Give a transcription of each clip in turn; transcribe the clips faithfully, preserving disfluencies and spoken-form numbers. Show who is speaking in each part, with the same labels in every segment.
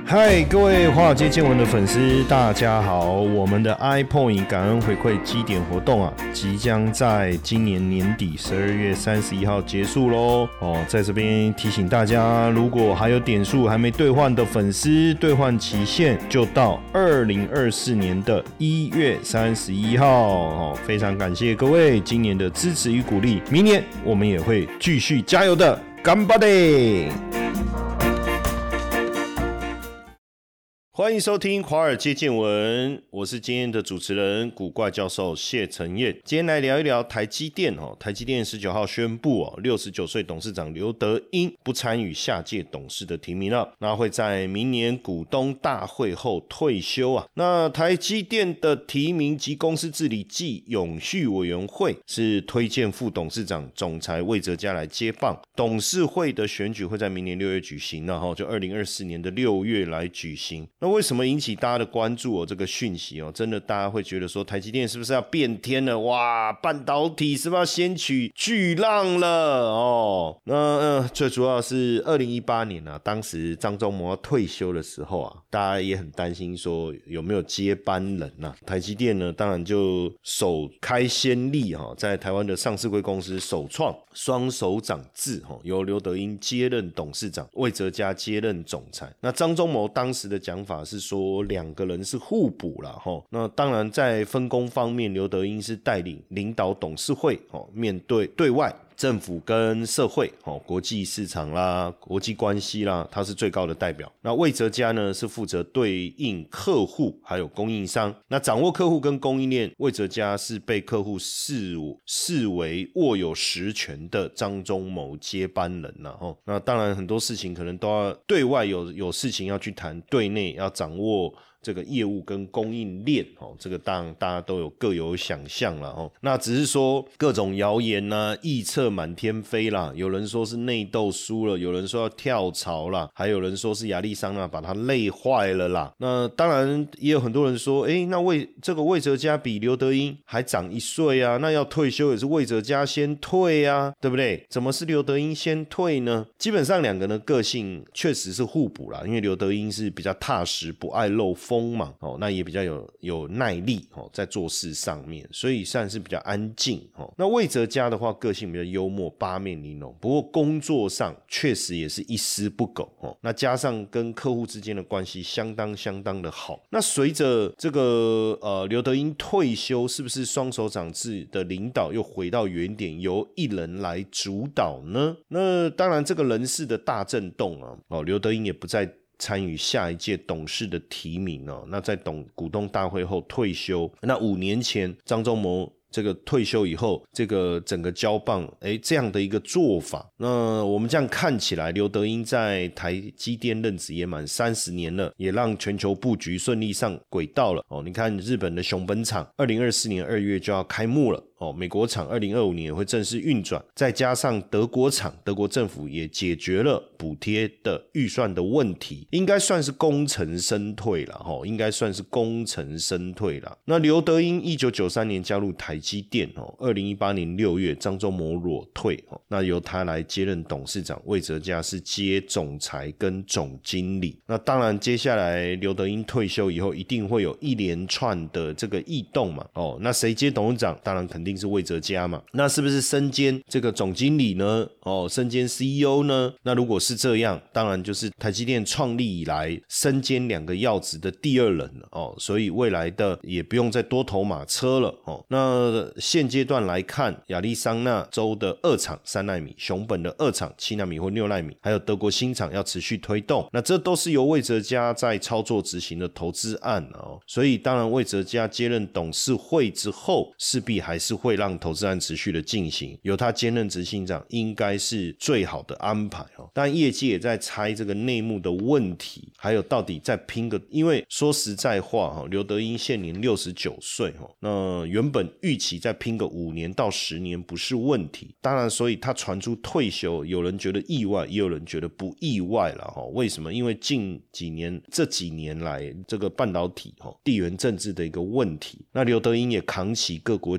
Speaker 1: 嗨，各位华尔街见闻的粉丝，大家好！我们的 iPoint 感恩回馈基点活动啊，即将在今年年底十二月三十一号结束咯哦，在这边提醒大家，如果还有点数还没兑换的粉丝，兑换期限就到二零二四年的一月三十一号哦。非常感谢各位今年的支持与鼓励，明年我们也会继续加油的，干巴爹！欢迎收听华尔街见闻，我是今天的主持人古怪教授谢承彦。今天来聊一聊台积电哦。台积电十九号宣布哦，六十九岁董事长刘德音不参与下届董事的提名了，那会在明年股东大会后退休啊。那台积电的提名及公司治理暨永续委员会是推荐副董事长总裁魏哲家来接棒，董事会的选举会在明年六月举行了，就二零二四年的六月来举行。那为什么引起大家的关注哦？这个讯息哦，真的大家会觉得说台积电是不是要变天了？哇，半导体是不是要掀起巨浪了？哦，那、呃、最主要是二零一八年啊，当时张忠谋要退休的时候啊，大家也很担心说有没有接班人啊。台积电呢，当然就首开先例哈、哦，在台湾的上市柜公司首创双首长制哈、哦，由刘德音接任董事长，魏哲家接任总裁。那张忠谋当时的讲法是说两个人是互补啦齁，那当然在分工方面，刘德音是带领领导董事会齁，面对对外政府跟社会、哦、国际市场啦、国际关系啦，他是最高的代表。那魏哲家呢是负责对应客户还有供应商，那掌握客户跟供应链，魏哲家是被客户视视为握有实权的张忠谋接班人啦、哦、那当然很多事情可能都要对外有有事情要去谈，对内要掌握这个业务跟供应链、哦、这个当然大家都有各有想象啦、哦、那只是说各种谣言啊臆测满天飞啦，有人说是内斗输了，有人说要跳槽啦，还有人说是亚利桑那把他累坏了啦。那当然也有很多人说诶那魏这个魏哲家比刘德音还长一岁啊，那要退休也是魏哲家先退啊，对不对？怎么是刘德音先退呢？基本上两个人的个性确实是互补啦，因为刘德音是比较踏实，不爱露锋芒、哦、那也比较有有耐力、哦、在做事上面，所以算是比较安静、哦、那魏哲家的话个性比较幽默，八面玲珑，不过工作上确实也是一丝不苟、哦、那加上跟客户之间的关系相当相当的好。那随着这个呃刘德音退休，是不是双手掌制的领导又回到原点，由一人来主导呢？那当然这个人事的大震动啊，哦，刘德音也不再参与下一届董事的提名哦，那在董股东大会后退休。那五年前张忠谋这个退休以后，这个整个交棒，诶这样的一个做法，那我们这样看起来，刘德音在台积电任职也满三十年了，也让全球布局顺利上轨道了哦。你看日本的熊本厂二零二四年二月就要开幕了哦，美国厂二零二五年也会正式运转，再加上德国厂，德国政府也解决了补贴的预算的问题，应该算是功成身退了、哦、应该算是功成身退了。那刘德音一九九三年加入台积电、哦、二零一八年六月张忠谋裸退、哦、那由他来接任董事长，魏哲家是接总裁跟总经理。那当然接下来刘德音退休以后一定会有一连串的这个异动嘛，哦，那谁接董事长？当然肯定一定是魏哲家嘛，那是不是身兼这个总经理呢？哦，身兼 C E O 呢？那如果是这样，当然就是台积电创立以来身兼两个要职的第二人了哦，所以未来的也不用再多头马车了哦。那现阶段来看，亚利桑那州的二厂三奈米，熊本的二厂七奈米或六奈米，还有德国新厂要持续推动，那这都是由魏哲家在操作执行的投资案哦。所以当然魏哲家接任董事会之后，势必还是会让投资案持续的进行，由他兼任执行长应该是最好的安排哦。但业界也在猜这个内幕的问题，还有到底再拼个，因为说实在话，刘德音现年六十九岁，那原本预期再拼个五年到十年不是问题。当然，所以他传出退休，有人觉得意外，也有人觉得不意外了。为什么？因为近几年这几年来这个半导体地缘政治的一个问题，那刘德音也扛起各国角力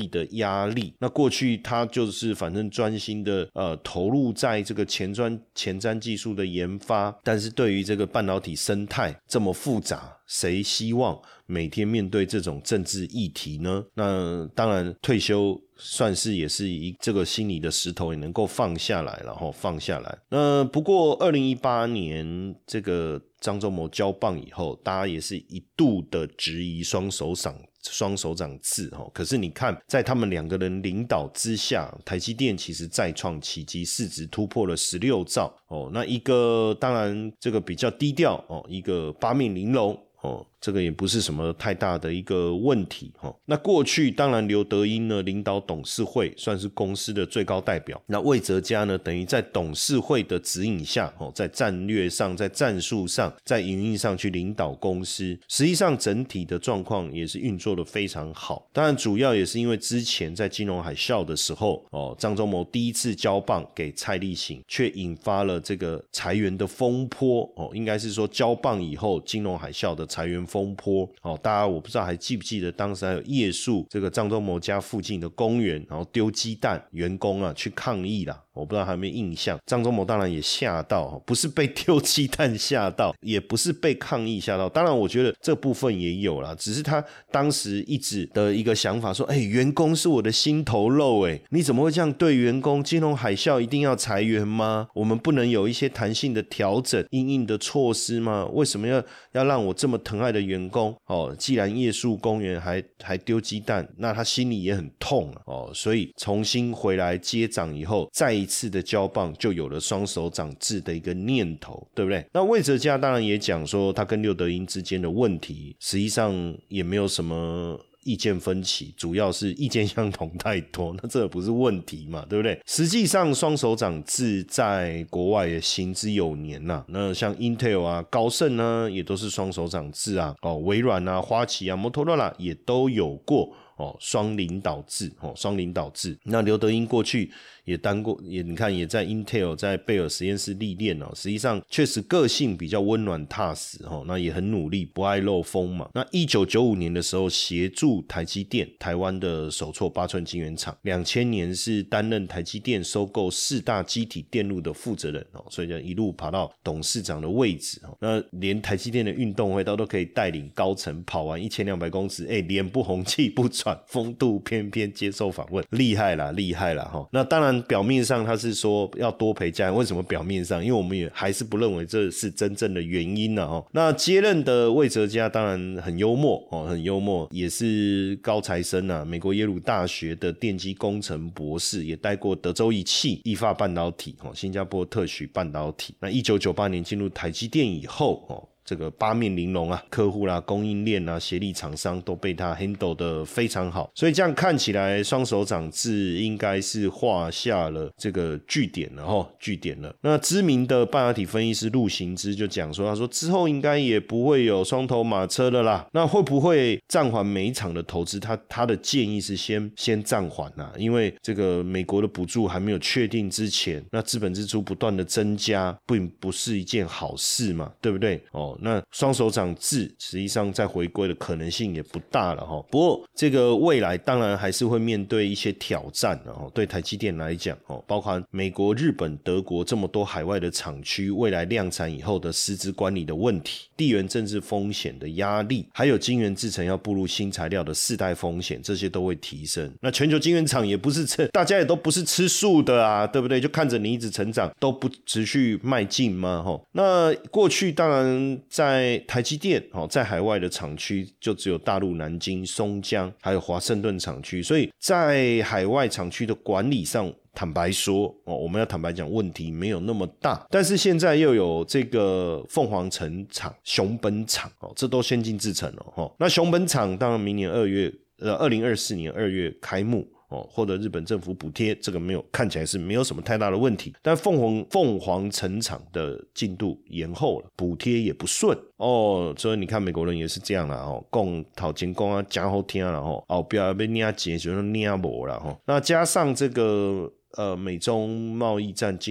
Speaker 1: 力的压力。那过去他就是反正专心的呃投入在这个前专前瞻技术的研发，但是对于这个半导体生态这么复杂，谁希望每天面对这种政治议题呢？那当然退休算是也是一这个心理的石头也能够放下来，然后放下来。那不过二零一八年这个张忠谋交棒以后，大家也是一度的质疑双手掌双手掌制，可是你看在他们两个人领导之下，台积电其实再创奇迹，市值突破了十六兆。那一个当然这个比较低调，一个八面玲珑，哦，这个也不是什么太大的一个问题。哦，那过去当然刘德音呢领导董事会，算是公司的最高代表，那魏哲家呢等于在董事会的指引下，哦，在战略上，在战术上，在营运上去领导公司，实际上整体的状况也是运作的非常好。当然主要也是因为之前在金融海啸的时候，哦，张忠谋第一次交棒给蔡力行，却引发了这个裁员的风波。哦，应该是说交棒以后金融海啸的裁员风波。哦，大家我不知道还记不记得当时还有夜宿这个张忠谋家附近的公园，然后丢鸡蛋，员工啊去抗议啦。我不知道还有没有印象，张忠谋当然也吓到，不是被丢鸡蛋吓到，也不是被抗议吓到，当然我觉得这部分也有啦，只是他当时一直的一个想法说，哎、欸，员工是我的心头肉，哎，你怎么会这样对员工？金融海啸一定要裁员吗？我们不能有一些弹性的调整因应的措施吗？为什么要要让我这么疼爱的员工哦？既然夜宿公园还还丢鸡蛋，那他心里也很痛哦，所以重新回来接掌以后，再一次的交棒就有了双手掌制的一个念头，对不对？那魏哲家当然也讲说他跟刘德音之间的问题实际上也没有什么意见分歧，主要是意见相同太多，那这不是问题嘛，对不对？实际上双手掌制在国外也行之有年啦、啊、那像 Intel 啊、高盛啊也都是双手掌制啊，哦，微软啊、花旗啊、摩托罗拉也都有过哦，双领导制，哦，双领导制。那刘德音过去也当过，也你看也在 Intel 在贝尔实验室历练哦，实际上确实个性比较温暖踏实哦，那也很努力，不爱漏风嘛。那一九九五年的时候协助台积电台湾的首创八寸晶圆厂，两千年是担任台积电收购四大基体电路的负责人哦，所以就一路爬到董事长的位置哦。那连台积电的运动会他都可以带领高层跑完一千两百公尺，哎，脸不红气不喘，风度翩翩接受访问，厉害啦，厉害啦哈。那当然表面上他是说要多陪家人，为什么表面上？因为我们也还是不认为这是真正的原因啦哦。那接任的魏哲家当然很幽默哦，很幽默，也是高材生啊，美国耶鲁大学的电机工程博士，也待过德州仪器、意法半导体、新加坡特许半导体。那一九九八年进入台积电以后哦，这个八面玲珑啊，客户啦、供应链啦、协力厂商都被他 handle 得非常好，所以这样看起来双手掌制应该是画下了这个句点了齁，句点了。那知名的半导体分析师陆行之就讲说，他说之后应该也不会有双头马车了啦，那会不会暂缓每一场的投资？他他的建议是先先暂缓啦，因为这个美国的补助还没有确定之前，那资本支出不断的增加，并不是一件好事嘛，对不对？哦。那双手掌制实际上再回归的可能性也不大了齁。不过这个未来当然还是会面对一些挑战齁，对台积电来讲齁，包含美国、日本、德国这么多海外的厂区，未来量产以后的师资管理的问题，地缘政治风险的压力，还有晶圆制程要步入新材料的世代风险，这些都会提升。那全球晶圆厂也不是吃，大家也都不是吃素的啊，对不对？就看着你一直成长，都不持续迈进吗？齁，那过去当然在台积电在海外的厂区就只有大陆南京、松江还有华盛顿厂区，所以在海外厂区的管理上坦白说、哦、我们要坦白讲问题没有那么大，但是现在又有这个凤凰城厂、熊本厂、哦、这都先进制程了、哦、那熊本厂当然明年二月呃二零二四年二月开幕哦，获得日本政府补贴，这个没有看起来是没有什么太大的问题，但凤凰凤凰城厂的进度延后了，补贴也不顺哦，所以你看美国人也是这样啦哦，讲讨钱讲啊讲好听啦吼，后边要被捏钱就是捏无啦吼，那加上这个呃美中贸易战进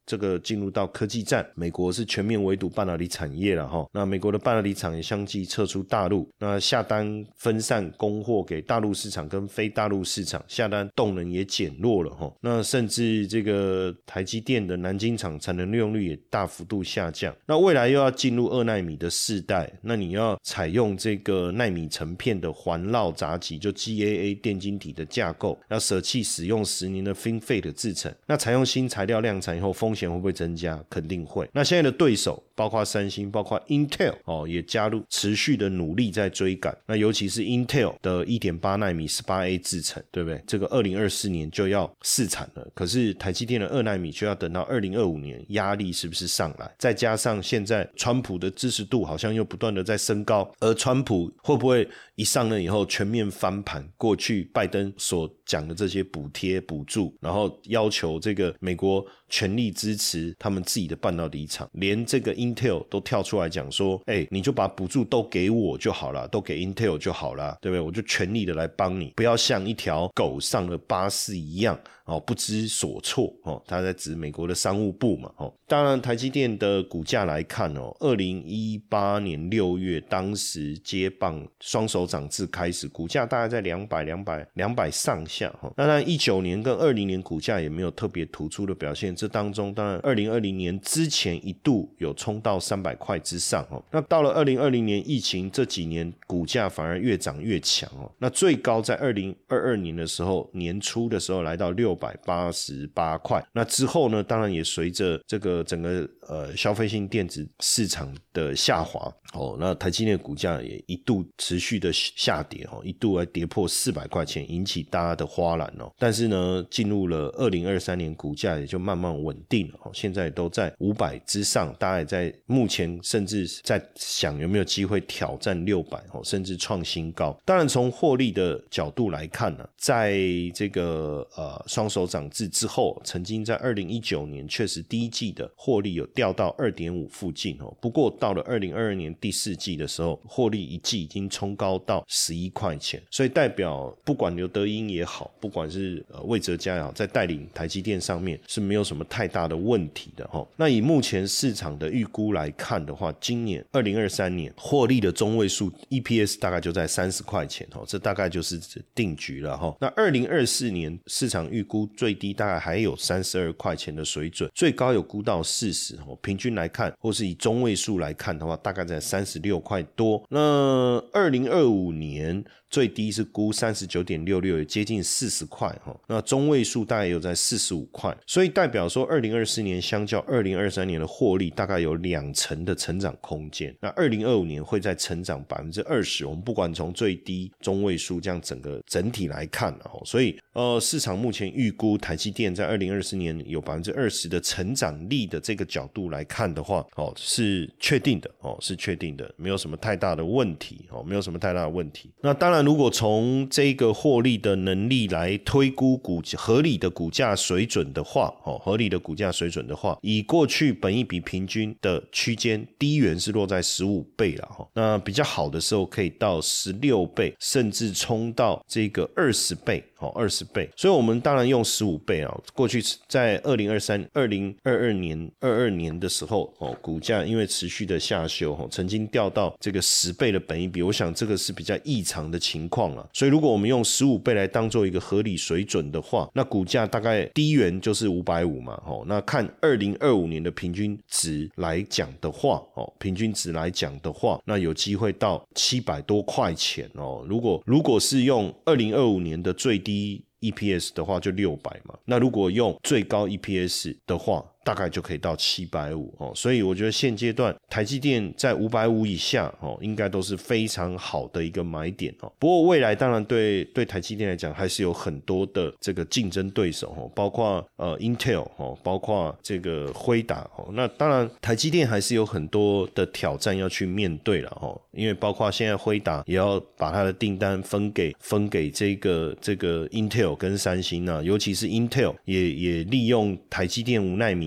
Speaker 1: 这个进入到科技战，美国是全面围堵半导体产业了齁。那美国的半导体厂也相继撤出大陆，那下单分散供货给大陆市场跟非大陆市场，下单动能也减弱了齁。那甚至这个台积电的南京厂产能利用率也大幅度下降。那未来又要进入二奈米的世代，那你要采用这个奈米成片的环绕杂极，就 G A A 电晶体的架构，要舍弃使用十年的 FinFET 制程，那采用新材料量产以后，风险会不会增加？肯定会。那现在的对手包括三星，包括 Intel、哦、也加入持续的努力在追赶。那尤其是 Intel 的 一点八奈米 十八 A 制程，对不对？这个二零二四年就要试产了，可是台积电的二奈米却要等到二零二五年，压力是不是上来？再加上现在川普的支持度好像又不断的在升高，而川普会不会一上任以后全面翻盘过去拜登所讲的这些补贴补助，然后要求这个美国全力支持他们自己的半导体厂，连这个 Intel 都跳出来讲说，哎，你就把补助都给我就好了，都给 Intel 就好了，对不对？我就全力的来帮你，不要像一条狗上了巴士一样哦，不知所措哦。他在指美国的商务部嘛哦。当然台积电的股价来看哦，二零一八年六月当时接棒双手掌制开始，股价大概在两百、两百、两百上下哦。当然一九年跟二零年股价也没有特别突出的表现，这当中当然二零二零年之前一度有冲到三百块之上哦。那到了二零二零年疫情这几年股价反而越涨越强哦。那最高在二零二二年的时候，年初的时候来到六百八十八块。那之后呢，当然也随着这个整个呃消费性电子市场的下滑哦，那台积电的股价也一度持续的下跌哦，一度还跌破四百块钱，引起大家的哗然哦。但是呢，进入了二零二三年，股价也就慢慢稳定了哦，现在都在五百之上，大家也在目前甚至在想有没有机会挑战六百哦，甚至创新高。当然从获利的角度来看呢，在这个呃双手掌制之后，曾经在二零一九年确实第一季的获利有掉到 二点五 附近哦，不过到了二零二二年第四季的时候，获利一季已经冲高到十一块钱，所以代表不管刘德音也好，不管是呃魏哲家也好，在带领台积电上面是没有什么太大的问题的齁。那以目前市场的预估来看的话，今年二零二三年获利的中位数 E P S 大概就在三十块钱齁，这大概就是定局了齁。那二零二四年市场预估最低大概还有三十二块钱的水准，最高有估到四十齁，平均来看或是以中位数来看的话，大概在三十六块多。那二零二五年最低是估 三十九点六六， 也接近四十块齁，那中位数大概有在四十五块，所以代表说二零二四年相较二零二三年的获利大概有两成的成长空间。那二零二五年会再成长 百分之二十， 我们不管从最低中位数这样整个整体来看齁，所以呃市场目前预估台积电在二零二四年有 百分之二十 的成长力的这个角度来看的话哦，是确定的哦，是确定的，没有什么太大的问题哦，没有什么太大的问题。那当然如果从这个获利的能力来推估股合理的股价水准的话哦，合理的股价水准的话，以过去本益比平均的区间，低元是落在十五倍啦齁，那比较好的时候可以到十六倍，甚至冲到这个二十倍哦，二十倍。所以我们当然用十五倍啊，过去在二零二三、二零二二年、二二年的时候哦，股价因为持续的下修哦，曾经掉到这个十倍的本益比，我想这个是比较异常的情况啊。所以如果我们用十五倍来当做一个合理水准的话，那股价大概低元就是五百五十嘛哦，那看二零二五年的平均值来讲的话哦，平均值来讲的话，那有机会到七百多块钱哦。如果如果是用二零二五年的最低E P S 的话就六百嘛，那如果用最高 E P S 的话大概就可以到七百五十哦，所以我觉得现阶段台积电在五百五十以下哦，应该都是非常好的一个买点哦。不过未来当然对对台积电来讲还是有很多的这个竞争对手哦，包括呃 Intel 哦，包括这个辉达哦。那当然台积电还是有很多的挑战要去面对了哦，因为包括现在辉达也要把它的订单分给分给这个这个 Intel 跟三星啊，尤其是 Intel 也也利用台积电五奈米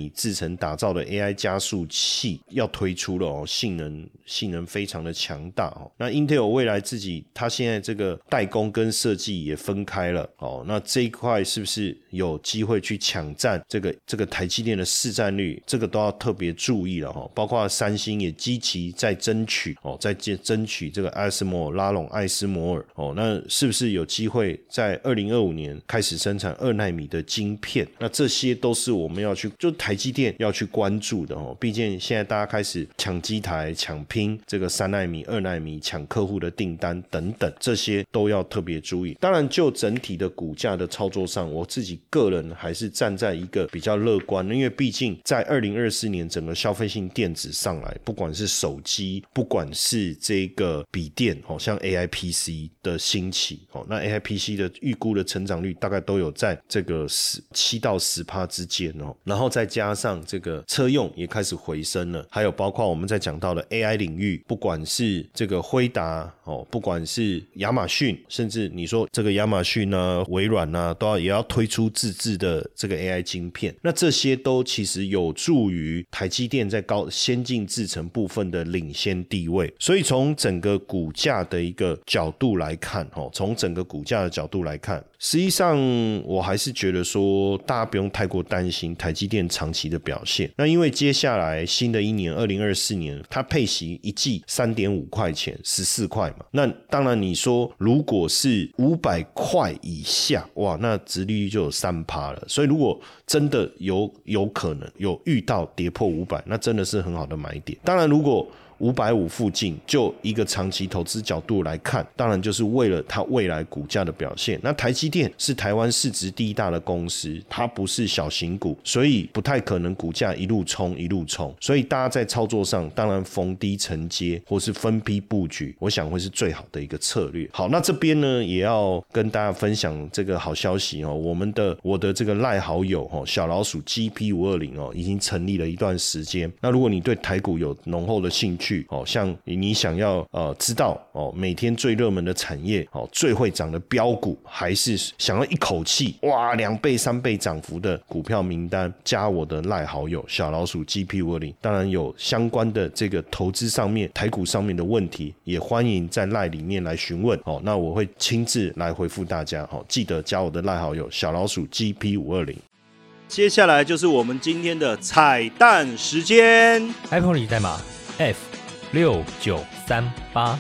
Speaker 1: 米制程打造的 A I 加速器要推出了哦，性能性能非常的强大哦。那 Intel 未来自己它现在这个代工跟设计也分开了哦，那这一块是不是有机会去抢占这个这个台积电的市占率？这个都要特别注意了哦。包括三星也积极在争取哦，在争取这个艾斯摩尔拉拢艾斯摩尔哦，那是不是有机会在二零二五年开始生产二奈米的晶片？那这些都是我们要去，就台积电要去关注的哦。毕竟现在大家开始抢机台、抢拼这个三奈米、二奈米，抢客户的订单等等，这些都要特别注意。当然，就整体的股价的操作上，我自己个人还是站在一个比较乐观的，因为毕竟在二零二四年整个消费性电子上来，不管是手机，不管是这个笔电，哦，像 A I P C 的兴起，哦，那 A I P C 的预估的成长率大概都有在这个七到十趴之间哦，然后再加上这个车用也开始回升了，还有包括我们在讲到的 A I 领域，不管是这个辉达哦，不管是亚马逊，甚至你说这个亚马逊啊、微软啊，都要也要推出自制的这个 A I 晶片，那这些都其实有助于台积电在高先进制程部分的领先地位。所以从整个股价的一个角度来看，从整个股价的角度来看，实际上我还是觉得说大家不用太过担心台积电长期的表现。那因为接下来新的一年二零二四年，它配息一季 三点五块钱，十四块嘛，那当然你说如果是五百块以下，哇，那殖利率就有 百分之三 了。所以如果真的有有可能有遇到跌破五百，那真的是很好的买点。当然如果五百五附近，就一个长期投资角度来看，当然就是为了它未来股价的表现。那台积电是台湾市值第一大的公司，它不是小型股，所以不太可能股价一路冲一路冲。所以大家在操作上，当然逢低承接或是分批布局，我想会是最好的一个策略。好，那这边呢也要跟大家分享这个好消息哦，我们的我的这个赖好友哦，小老鼠 G P 五二零 哦，已经成立了一段时间。那如果你对台股有浓厚的兴趣，哦，像你想要呃知道哦每天最热门的产业哦最会涨的标股，还是想要一口气哇两倍三倍涨幅的股票名单，加我的赖好友小老鼠 G P 五二零。当然有相关的这个投资上面台股上面的问题，也欢迎在赖里面来询问哦，那我会亲自来回复大家哦，记得加我的赖好友小老鼠 G P 五二零。
Speaker 2: 接下来就是我们今天的彩蛋时间
Speaker 3: ，iPhone 里代码 F六九三八。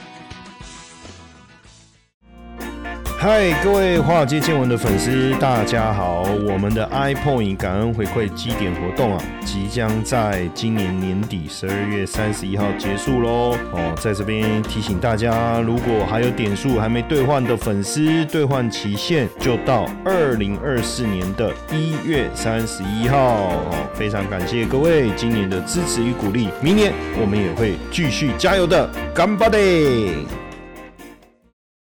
Speaker 1: 嗨，各位华尔街见闻的粉丝，大家好！我们的 iPoint 感恩回馈基点活动啊，即将在今年年底十二月三十一号结束咯哦，在这边提醒大家，如果还有点数还没兑换的粉丝，兑换期限就到二零二四年的一月三十一号哦。非常感谢各位今年的支持与鼓励，明年我们也会继续加油的，干巴爹！